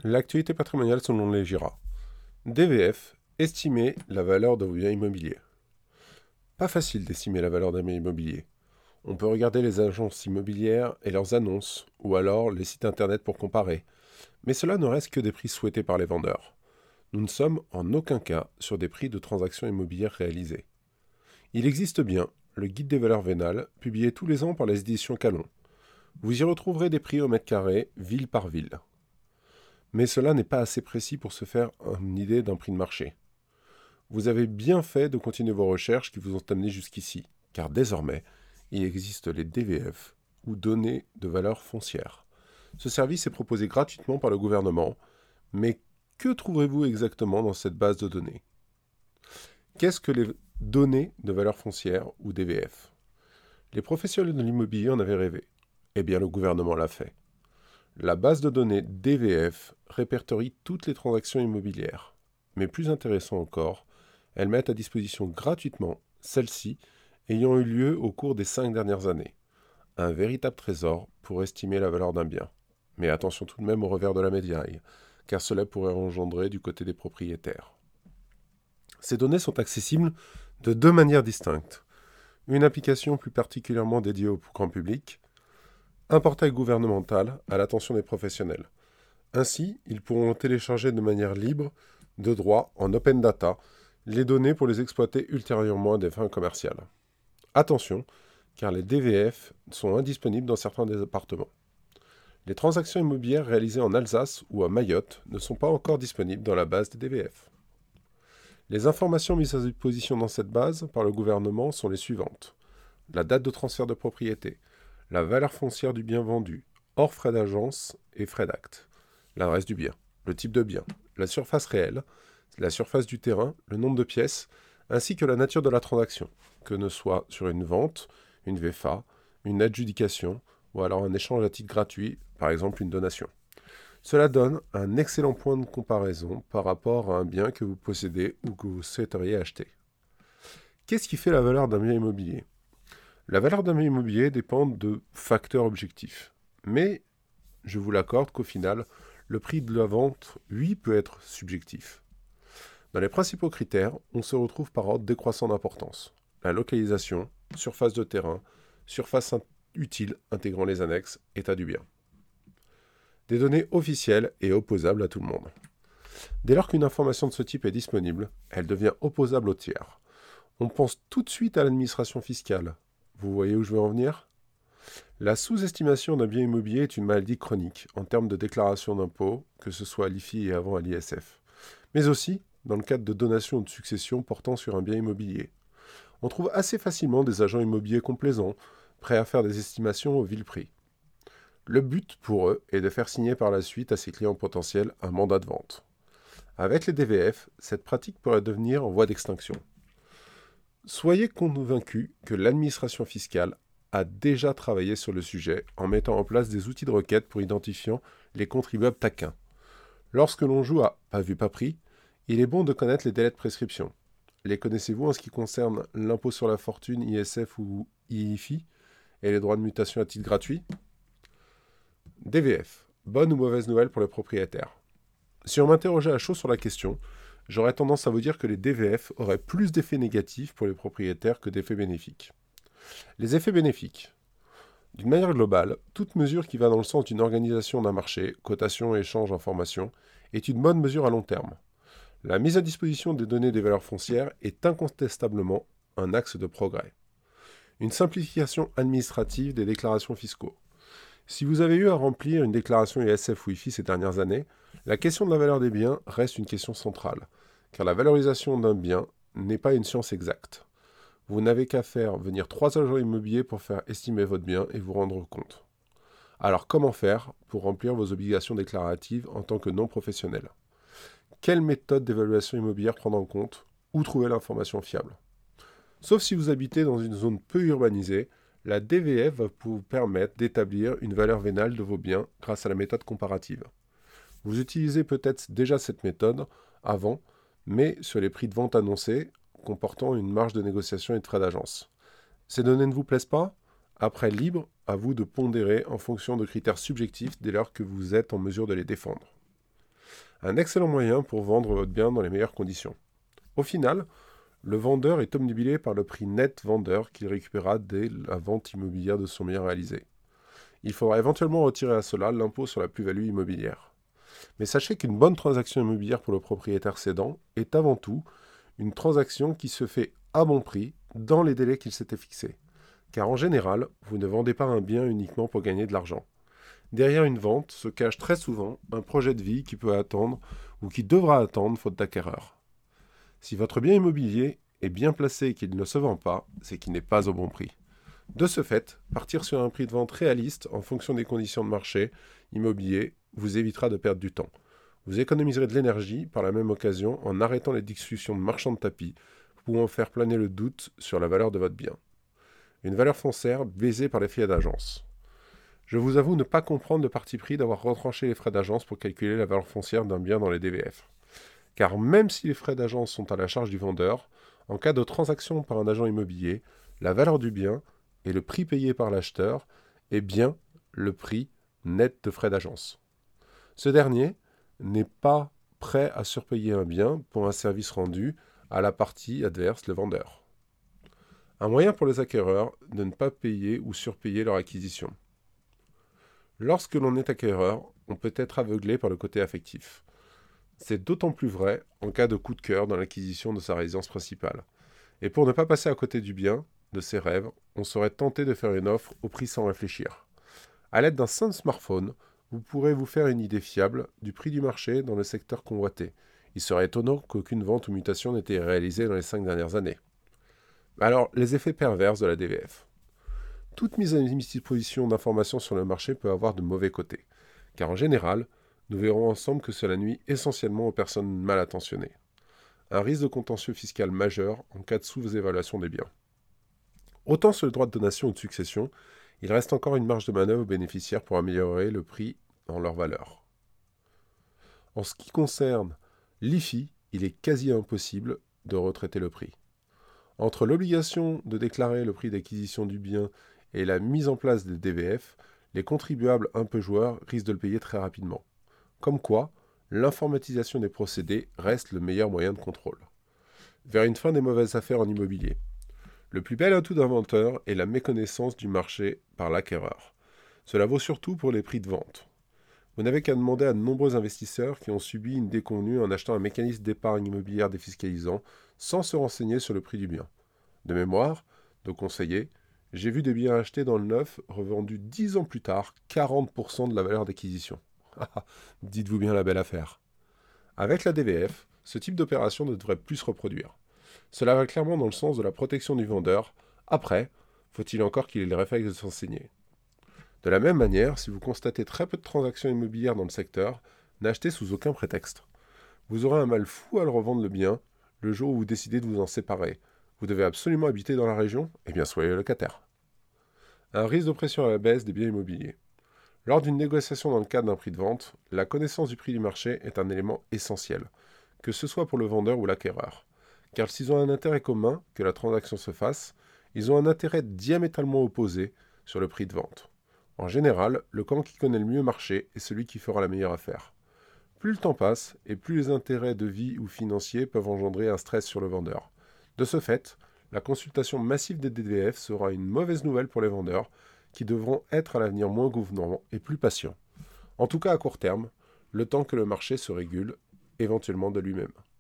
L'actualité patrimoniale selon les GIRA. DVF, estimer la valeur de vos biens immobiliers. Pas facile d'estimer la valeur d'un bien immobilier. On peut regarder les agences immobilières et leurs annonces, ou alors les sites internet pour comparer. Mais cela ne reste que des prix souhaités par les vendeurs. Nous ne sommes en aucun cas sur des prix de transactions immobilières réalisées. Il existe bien le guide des valeurs vénales, publié tous les ans par les éditions Calon. Vous y retrouverez des prix au mètre carré, ville par ville. Mais cela n'est pas assez précis pour se faire une idée d'un prix de marché. Vous avez bien fait de continuer vos recherches qui vous ont amené jusqu'ici, car désormais, il existe les DVF, ou données de valeur foncière. Ce service est proposé gratuitement par le gouvernement, mais que trouverez-vous exactement dans cette base de données? Qu'est-ce que les données de valeur foncière, ou DVF? Les professionnels de l'immobilier en avaient rêvé. Eh bien, le gouvernement l'a fait. La base de données DVF répertorie toutes les transactions immobilières. Mais plus intéressant encore, elles mettent à disposition gratuitement celles-ci ayant eu lieu au cours des 5 dernières années. Un véritable trésor pour estimer la valeur d'un bien. Mais attention tout de même au revers de la médaille, car cela pourrait engendrer du côté des propriétaires. Ces données sont accessibles de deux manières distinctes. Une application plus particulièrement dédiée au grand public, un portail gouvernemental à l'attention des professionnels. Ainsi, ils pourront télécharger de manière libre, de droit, en open data, les données pour les exploiter ultérieurement à des fins commerciales. Attention, car les DVF sont indisponibles dans certains départements. Les transactions immobilières réalisées en Alsace ou à Mayotte ne sont pas encore disponibles dans la base des DVF. Les informations mises à disposition dans cette base par le gouvernement sont les suivantes. La date de transfert de propriété, la valeur foncière du bien vendu, hors frais d'agence et frais d'acte, l'adresse du bien, le type de bien, la surface réelle, la surface du terrain, le nombre de pièces, ainsi que la nature de la transaction, que ne soit sur une vente, une VFA, une adjudication, ou alors un échange à titre gratuit, par exemple une donation. Cela donne un excellent point de comparaison par rapport à un bien que vous possédez ou que vous souhaiteriez acheter. Qu'est-ce qui fait la valeur d'un bien immobilier? La valeur d'un bien immobilier dépend de facteurs objectifs. Mais je vous l'accorde qu'au final, le prix de la vente, lui, peut être subjectif. Dans les principaux critères, on se retrouve par ordre décroissant d'importance. La localisation, surface de terrain, surface utile intégrant les annexes, état du bien. Des données officielles et opposables à tout le monde. Dès lors qu'une information de ce type est disponible, elle devient opposable aux tiers. On pense tout de suite à l'administration fiscale. Vous voyez où je veux en venir? La sous-estimation d'un bien immobilier est une maladie chronique en termes de déclaration d'impôts, que ce soit à l'IFI et avant à l'ISF, mais aussi dans le cadre de donations ou de successions portant sur un bien immobilier. On trouve assez facilement des agents immobiliers complaisants, prêts à faire des estimations au vil prix. Le but pour eux est de faire signer par la suite à ses clients potentiels un mandat de vente. Avec les DVF, cette pratique pourrait devenir en voie d'extinction. Soyez convaincus que l'administration fiscale a déjà travaillé sur le sujet en mettant en place des outils de requête pour identifier les contribuables taquins. Lorsque l'on joue à pas vu pas pris, il est bon de connaître les délais de prescription. Les connaissez-vous en ce qui concerne l'impôt sur la fortune, ISF ou IFI, et les droits de mutation à titre gratuit? DVF, bonne ou mauvaise nouvelle pour les propriétaires? Si on m'interrogeait à chaud sur la question, j'aurais tendance à vous dire que les DVF auraient plus d'effets négatifs pour les propriétaires que d'effets bénéfiques. Les effets bénéfiques. D'une manière globale, toute mesure qui va dans le sens d'une organisation d'un marché, cotation, échange, information, est une bonne mesure à long terme. La mise à disposition des données des valeurs foncières est incontestablement un axe de progrès. Une simplification administrative des déclarations fiscaux. Si vous avez eu à remplir une déclaration ISF ou IFI ces dernières années, la question de la valeur des biens reste une question centrale, car la valorisation d'un bien n'est pas une science exacte. Vous n'avez qu'à faire venir 3 agents immobiliers pour faire estimer votre bien et vous rendre compte. Alors comment faire pour remplir vos obligations déclaratives en tant que non-professionnel? Quelle méthode d'évaluation immobilière prendre en compte? Où trouver l'information fiable? Sauf si vous habitez dans une zone peu urbanisée, la DVF va vous permettre d'établir une valeur vénale de vos biens grâce à la méthode comparative. Vous utilisez peut-être déjà cette méthode avant, mais sur les prix de vente annoncés, comportant une marge de négociation et de frais d'agence. Ces données ne vous plaisent pas? Après, libre à vous de pondérer en fonction de critères subjectifs dès lors que vous êtes en mesure de les défendre. Un excellent moyen pour vendre votre bien dans les meilleures conditions. Au final, le vendeur est obnubilé par le prix net vendeur qu'il récupérera dès la vente immobilière de son bien réalisé. Il faudra éventuellement retirer à cela l'impôt sur la plus-value immobilière. Mais sachez qu'une bonne transaction immobilière pour le propriétaire cédant est avant tout une transaction qui se fait à bon prix dans les délais qu'il s'était fixés. Car en général, vous ne vendez pas un bien uniquement pour gagner de l'argent. Derrière une vente se cache très souvent un projet de vie qui peut attendre ou qui devra attendre faute d'acquéreur. Si votre bien immobilier est bien placé et qu'il ne se vend pas, c'est qu'il n'est pas au bon prix. De ce fait, partir sur un prix de vente réaliste en fonction des conditions de marché immobilier vous évitera de perdre du temps. Vous économiserez de l'énergie par la même occasion en arrêtant les discussions de marchands de tapis pouvant faire planer le doute sur la valeur de votre bien. Une valeur foncière baisée par les frais d'agence. Je vous avoue ne pas comprendre le parti pris d'avoir retranché les frais d'agence pour calculer la valeur foncière d'un bien dans les DVF. Car même si les frais d'agence sont à la charge du vendeur, en cas de transaction par un agent immobilier, la valeur du bien et le prix payé par l'acheteur est bien le prix net de frais d'agence. Ce dernier n'est pas prêt à surpayer un bien pour un service rendu à la partie adverse, le vendeur. Un moyen pour les acquéreurs de ne pas payer ou surpayer leur acquisition. Lorsque l'on est acquéreur, on peut être aveuglé par le côté affectif. C'est d'autant plus vrai en cas de coup de cœur dans l'acquisition de sa résidence principale. Et pour ne pas passer à côté du bien, de ses rêves, on serait tenté de faire une offre au prix sans réfléchir. À l'aide d'un simple smartphone, vous pourrez vous faire une idée fiable du prix du marché dans le secteur convoité. Il serait étonnant qu'aucune vente ou mutation n'ait été réalisée dans les 5 dernières années. Alors, les effets pervers de la DVF. Toute mise à disposition d'informations sur le marché peut avoir de mauvais côtés, car en général, nous verrons ensemble que cela nuit essentiellement aux personnes mal attentionnées. Un risque de contentieux fiscal majeur en cas de sous-évaluation des biens. Autant sur le droit de donation ou de succession, il reste encore une marge de manœuvre aux bénéficiaires pour améliorer le prix en leur valeur. En ce qui concerne l'IFI, il est quasi impossible de retraiter le prix. Entre l'obligation de déclarer le prix d'acquisition du bien et la mise en place des DVF, les contribuables un peu joueurs risquent de le payer très rapidement. Comme quoi, l'informatisation des procédés reste le meilleur moyen de contrôle. Vers une fin des mauvaises affaires en immobilier. Le plus bel atout d'un vendeur est la méconnaissance du marché par l'acquéreur. Cela vaut surtout pour les prix de vente. Vous n'avez qu'à demander à de nombreux investisseurs qui ont subi une déconvenue en achetant un mécanisme d'épargne immobilière défiscalisant sans se renseigner sur le prix du bien. De mémoire, de conseiller, j'ai vu des biens achetés dans le neuf revendus 10 ans plus tard, 40% de la valeur d'acquisition. Dites-vous bien la belle affaire. Avec la DVF, ce type d'opération ne devrait plus se reproduire. Cela va clairement dans le sens de la protection du vendeur. Après, faut-il encore qu'il ait le réflexe de s'enseigner. De la même manière, si vous constatez très peu de transactions immobilières dans le secteur, n'achetez sous aucun prétexte. Vous aurez un mal fou à le revendre le bien le jour où vous décidez de vous en séparer. Vous devez absolument habiter dans la région, eh bien soyez locataire. Un risque de pression à la baisse des biens immobiliers. Lors d'une négociation dans le cadre d'un prix de vente, la connaissance du prix du marché est un élément essentiel, que ce soit pour le vendeur ou l'acquéreur. Car s'ils ont un intérêt commun que la transaction se fasse, ils ont un intérêt diamétralement opposé sur le prix de vente. En général, le camp qui connaît le mieux le marché est celui qui fera la meilleure affaire. Plus le temps passe, et plus les intérêts de vie ou financiers peuvent engendrer un stress sur le vendeur. De ce fait, la consultation massive des DVF sera une mauvaise nouvelle pour les vendeurs, qui devront être à l'avenir moins gouvernants et plus patients. En tout cas à court terme, le temps que le marché se régule, éventuellement de lui-même.